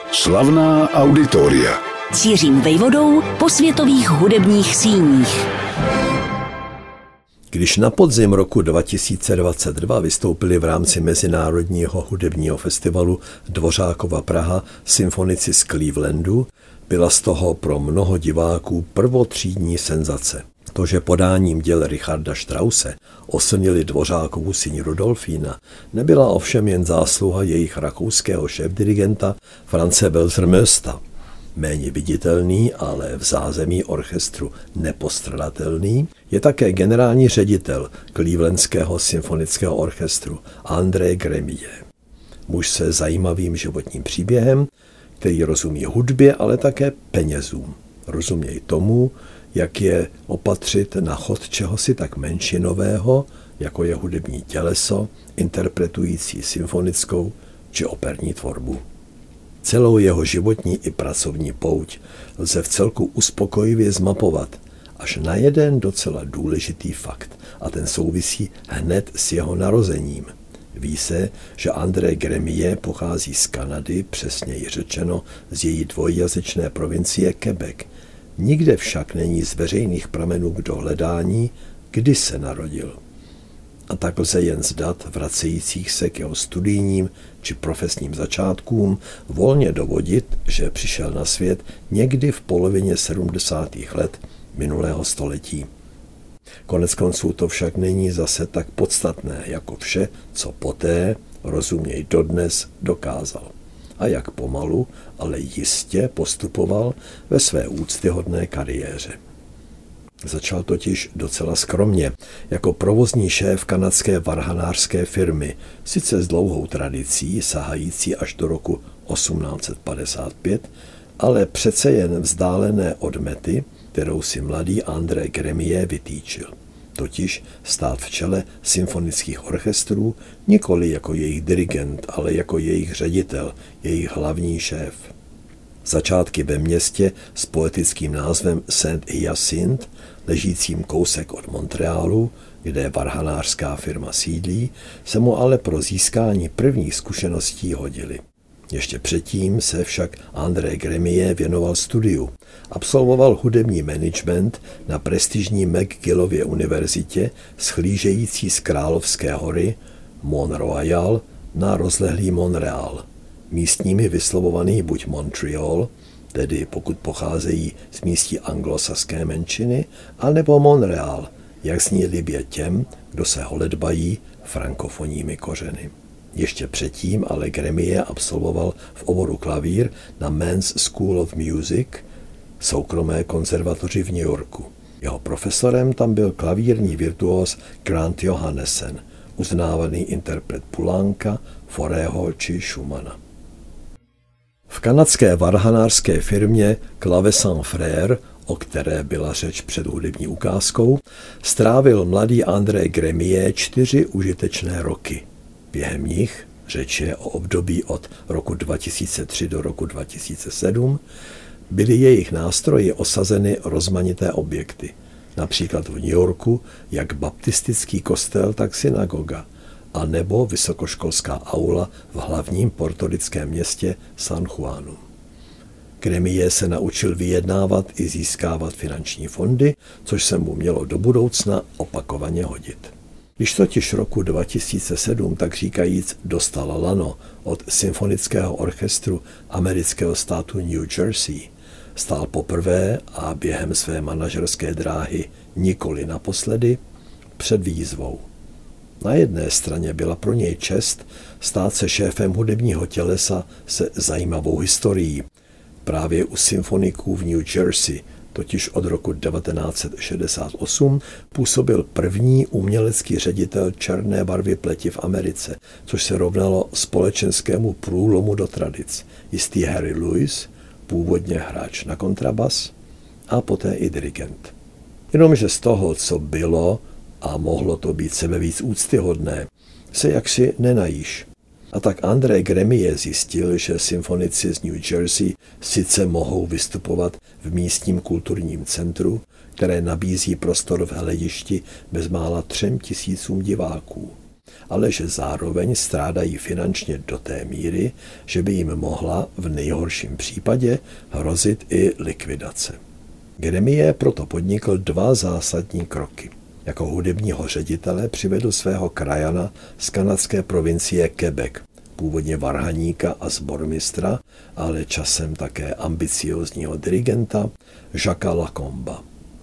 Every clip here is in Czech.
Slavná auditoria. Cířím vejvodou po světových hudebních síních. Když na podzim roku 2022 vystoupili v rámci Mezinárodního hudebního festivalu Dvořákova Praha symfonici z Clevelandu, byla z toho pro mnoho diváků prvotřídní senzace. To, že podáním děl Richarda Strause oslnili Dvořákovu síň Rudolfína, nebyla ovšem jen zásluha jejich rakouského šéfdirigenta Franze Welser-Mösta. Méně viditelný, ale v zázemí orchestru nepostradatelný, je také generální ředitel Clevelandského symfonického orchestru André Gremillet. Muž se zajímavým životním příběhem, který rozumí hudbě, ale také penězům. Rozuměj tomu, jak je opatřit na chod čehosi tak menšinového, jako je hudební těleso, interpretující symfonickou či operní tvorbu. Celou jeho životní i pracovní pouť lze vcelku uspokojivě zmapovat až na jeden docela důležitý fakt, a ten souvisí hned s jeho narozením. Ví se, že André Gremillet pochází z Kanady, přesněji řečeno z její dvojjazyčné provincie Quebec. Nikde však není z veřejných pramenů k dohledání, kdy se narodil. A tak lze jen z dat vracejících se k jeho studijním či profesním začátkům volně dovodit, že přišel na svět někdy v polovině 70. let minulého století. Koneckonců to však není zase tak podstatné jako vše, co poté, rozuměj dodnes, dokázal. A jak pomalu, ale jistě postupoval ve své úctyhodné kariéře. Začal totiž docela skromně, jako provozní šéf kanadské varhanářské firmy, sice s dlouhou tradicí, sahající až do roku 1855, ale přece jen vzdálené od mety, kterou si mladý André Gremillet vytýčil. Totiž stát v čele symfonických orchestrů nikoli jako jejich dirigent, ale jako jejich ředitel, jejich hlavní šéf. Začátky ve městě s poetickým názvem Saint-Hyacinthe, ležícím kousek od Montrealu, kde varhanářská firma sídlí, se mu ale pro získání prvních zkušeností hodily. Ještě předtím se však André Gremillet věnoval studiu. Absolvoval hudební management na prestižní McGillově univerzitě, shlížející z Královské hory Mont Royal na rozlehlý Montreal. Místními vyslovovaný buď Montreal, tedy pokud pocházejí z místí anglosaské menšiny, anebo Montreal, jak zní libě těm, kdo se holedbají frankofonními kořeny. Ještě předtím ale Gremillet absolvoval v oboru klavír na Men's School of Music, soukromé konzervatoři v New Yorku. Jeho profesorem tam byl klavírní virtuóz Grant Johannessen, uznávaný interpret Poulenca, Faurého či Schumanna. V kanadské varhanářské firmě Clavecin Frères, o které byla řeč před hudební ukázkou, strávil mladý André Gremillet 4 užitečné roky. Během nich, řeč je o období od roku 2003 do roku 2007, byly jejich nástroji osazeny rozmanité objekty, například v New Yorku jak baptistický kostel, tak synagoga, a nebo vysokoškolská aula v hlavním portorickém městě San Juanu. Gremillet se naučil vyjednávat i získávat finanční fondy, což se mu mělo do budoucna opakovaně hodit. Když totiž roku 2007, tak říkajíc, dostal lano od symfonického orchestru amerického státu New Jersey, stál poprvé a během své manažerské dráhy nikoli naposledy před výzvou. Na jedné straně byla pro něj čest stát se šéfem hudebního tělesa se zajímavou historií. Právě u symfoniků v New Jersey, totiž od roku 1968, působil první umělecký ředitel černé barvy pleti v Americe, což se rovnalo společenskému průlomu do tradic. Jistý Harry Lewis, původně hráč na kontrabas a poté i dirigent. Jenomže z toho, co bylo, a mohlo to být sebevíc úctyhodné, se jaksi nenajíš. A tak André Gremillet zjistil, že symfonici z New Jersey sice mohou vystupovat v místním kulturním centru, které nabízí prostor v hledišti bezmála 3 000 diváků. ale že zároveň strádají finančně do té míry, že by jim mohla v nejhorším případě hrozit i likvidace. Gremie proto podnikl 2 zásadní kroky. Jako hudebního ředitele přivedl svého krajana z kanadské provincie Quebec, původně varhaníka a sbormistra, ale časem také ambiciózního dirigenta Jacquesa Lacomba.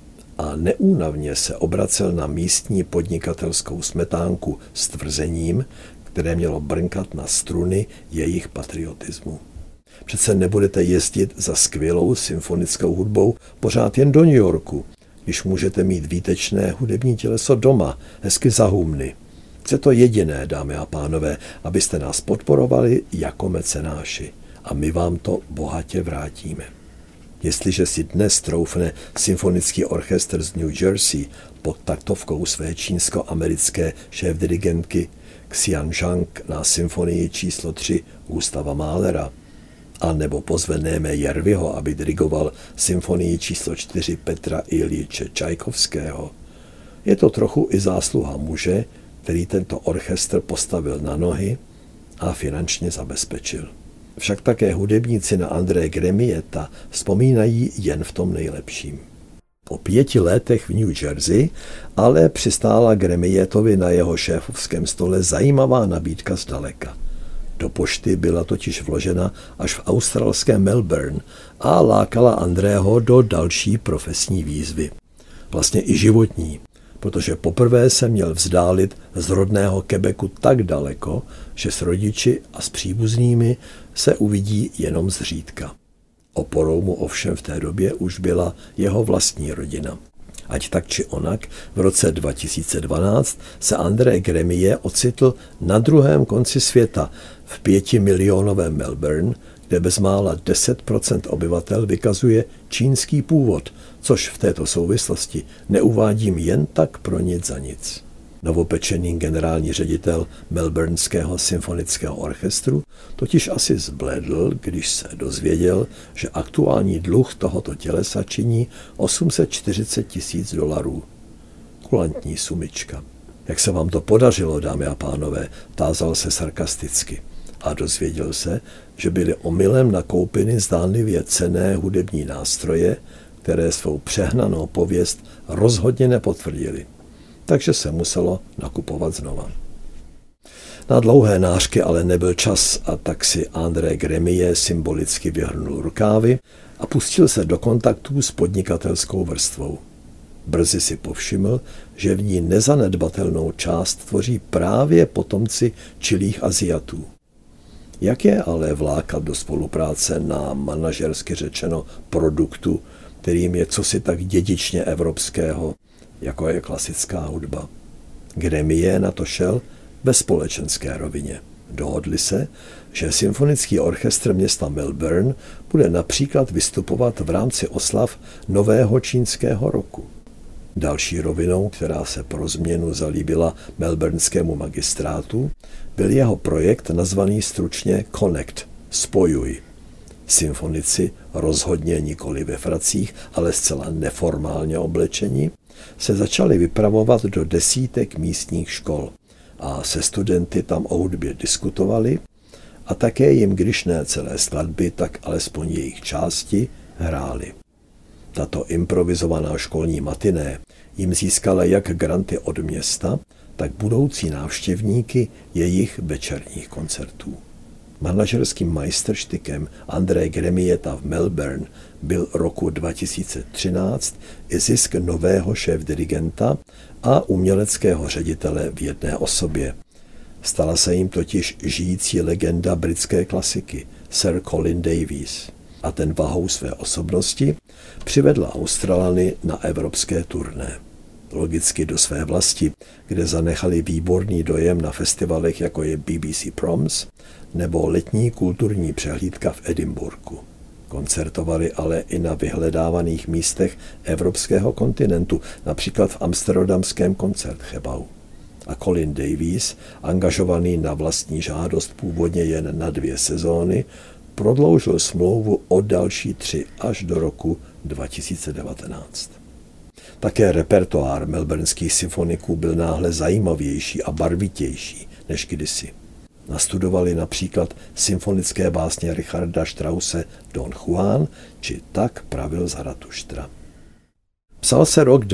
A neúnavně se obracel na místní podnikatelskou smetánku s tvrzením, které mělo brnkat na struny jejich patriotismu. Přece nebudete jezdit za skvělou symfonickou hudbou pořád jen do New Yorku, když můžete mít výtečné hudební těleso doma, hezky za humny. Chce to jediné, dámy a pánové, abyste nás podporovali jako mecenáši a my vám to bohatě vrátíme. Jestliže si dnes troufne symfonický orchestr z New Jersey pod taktovkou své čínsko-americké šéfdirigentky Xian Zhang na symfonii číslo 3 Gustava Mahlera, a nebo pozve Néme Jerviho, aby dirigoval symfonii číslo 4 Petra Iljiče Čajkovského, je to trochu i zásluha muže, který tento orchestr postavil na nohy a finančně zabezpečil. Však také hudebníci na André Gremieta vzpomínají jen v tom nejlepším. Po 5 letech v New Jersey ale přistála Gremietovi na jeho šéfovském stole zajímavá nabídka zdaleka. Do pošty byla totiž vložena až v australském Melbourne a lákala Andrého do další profesní výzvy. Vlastně i životní, protože poprvé se měl vzdálit z rodného Quebecu tak daleko, že s rodiči a s příbuznými se uvidí jenom zřídka. Oporou mu ovšem v té době už byla jeho vlastní rodina. Ať tak či onak, v roce 2012 se André Gremie ocitl na druhém konci světa, v 5milionovém Melbourne, kde bezmála 10% obyvatel vykazuje čínský původ, což v této souvislosti neuvádím jen tak pro nic za nic. Novopečený generální ředitel Melbourneského symfonického orchestru totiž asi zbledl, když se dozvěděl, že aktuální dluh tohoto tělesa činí $840,000. Kulantní sumička. Jak se vám to podařilo, dámy a pánové, tázal se sarkasticky. A dozvěděl se, že byly omylem nakoupeny zdánlivě cenné hudební nástroje, které svou přehnanou pověst rozhodně nepotvrdily. Takže se muselo nakupovat znova. Na dlouhé nářky ale nebyl čas a tak si André Gremie symbolicky vyhrnul rukávy a pustil se do kontaktů s podnikatelskou vrstvou. Brzy si povšiml, že v ní nezanedbatelnou část tvoří právě potomci čilých Aziatů. Jak je ale vlákat do spolupráce na manažersky řečeno produktu, kterým je cosi tak dědičně evropského, jako je klasická hudba? Gremie na to šel ve společenské rovině. Dohodli se, že symfonický orchestr města Melbourne bude například vystupovat v rámci oslav Nového čínského roku. Další rovinou, která se pro změnu zalíbila melbourneskému magistrátu, byl jeho projekt nazvaný stručně Connect, spojuj. Symfonici, rozhodně nikoli ve fracích, ale zcela neformálně oblečení, se začali vypravovat do desítek místních škol a se studenty tam o hudbě diskutovali a také jim, když ne celé skladby, tak alespoň jejich části hráli. Tato improvizovaná školní matiné jim získala jak granty od města, tak budoucí návštěvníky jejich večerních koncertů. Manažerským majstrštykem André Gremieta v Melbourne byl roku 2013 i zisk nového šéfdirigenta a uměleckého ředitele v jedné osobě. Stala se jim totiž žijící legenda britské klasiky, Sir Colin Davies. A ten vahou své osobnosti přivedla Australany na evropské turné. Logicky do své vlasti, kde zanechali výborný dojem na festivalech, jako je BBC Proms nebo letní kulturní přehlídka v Edinburghu. Koncertovali ale i na vyhledávaných místech evropského kontinentu, například v amsterdamském Concertgebouw. A Colin Davies, angažovaný na vlastní žádost původně jen na 2 sezóny, prodloužil smlouvu o další 3 až do roku 2019. Také repertoár melbourneských symfoniků byl náhle zajímavější a barvitější než kdysi. Nastudovali například symfonické básně Richarda Strausse Don Juan či Tak pravil Zaratustra. Psal se rok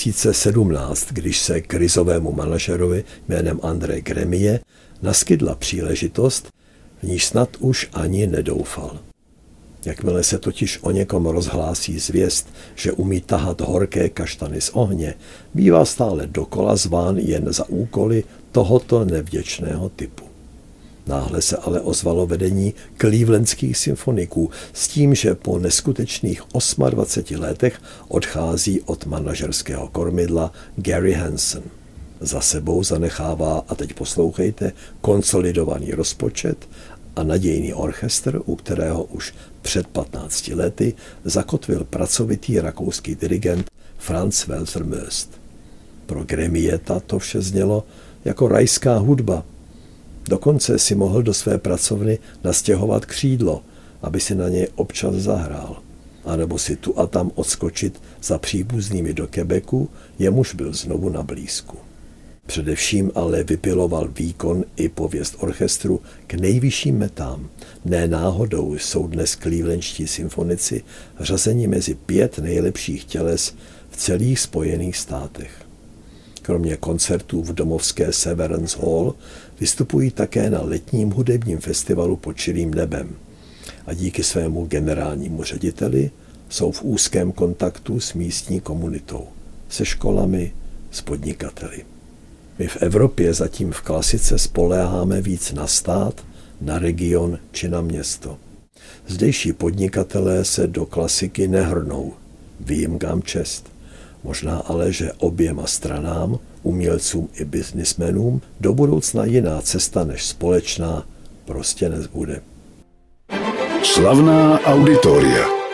2017, když se krizovému manažerovi jménem André Gremie naskytla příležitost, v níž snad už ani nedoufal. Jakmile se totiž o někom rozhlásí zvěst, že umí tahat horké kaštany z ohně, bývá stále dokola zván jen za úkoly tohoto nevděčného typu. Náhle se ale ozvalo vedení clevelandských symfoniků s tím, že po neskutečných 28 letech odchází od manažerského kormidla Gary Hansen. Za sebou zanechává, a teď poslouchejte, konsolidovaný rozpočet a nadějný orchestr, u kterého už před 15 lety zakotvil pracovitý rakouský dirigent Franz Welser Möst. Pro Gremieta to vše znělo jako rajská hudba. Dokonce si mohl do své pracovny nastěhovat křídlo, aby si na něj občas zahrál, anebo si tu a tam odskočit za příbuznými do Quebecu, jemuž byl znovu na blízku. Především ale vypiloval výkon i pověst orchestru k nejvyšším metám. Ne náhodou jsou dnes clevelandští symfonici řazeni mezi 5 nejlepších těles v celých Spojených státech. Kromě koncertů v domovské Severance Hall vystupují také na letním hudebním festivalu Pod čirým nebem a díky svému generálnímu řediteli jsou v úzkém kontaktu s místní komunitou, se školami, s podnikateli. My v Evropě zatím v klasice spoléháme víc na stát, na region či na město. Zdejší podnikatelé se do klasiky nehrnou, výjimkám čest. Možná ale, že oběma stranám, umělcům i biznismenům, do budoucna jiná cesta než společná prostě nezbude. Slavná auditoria.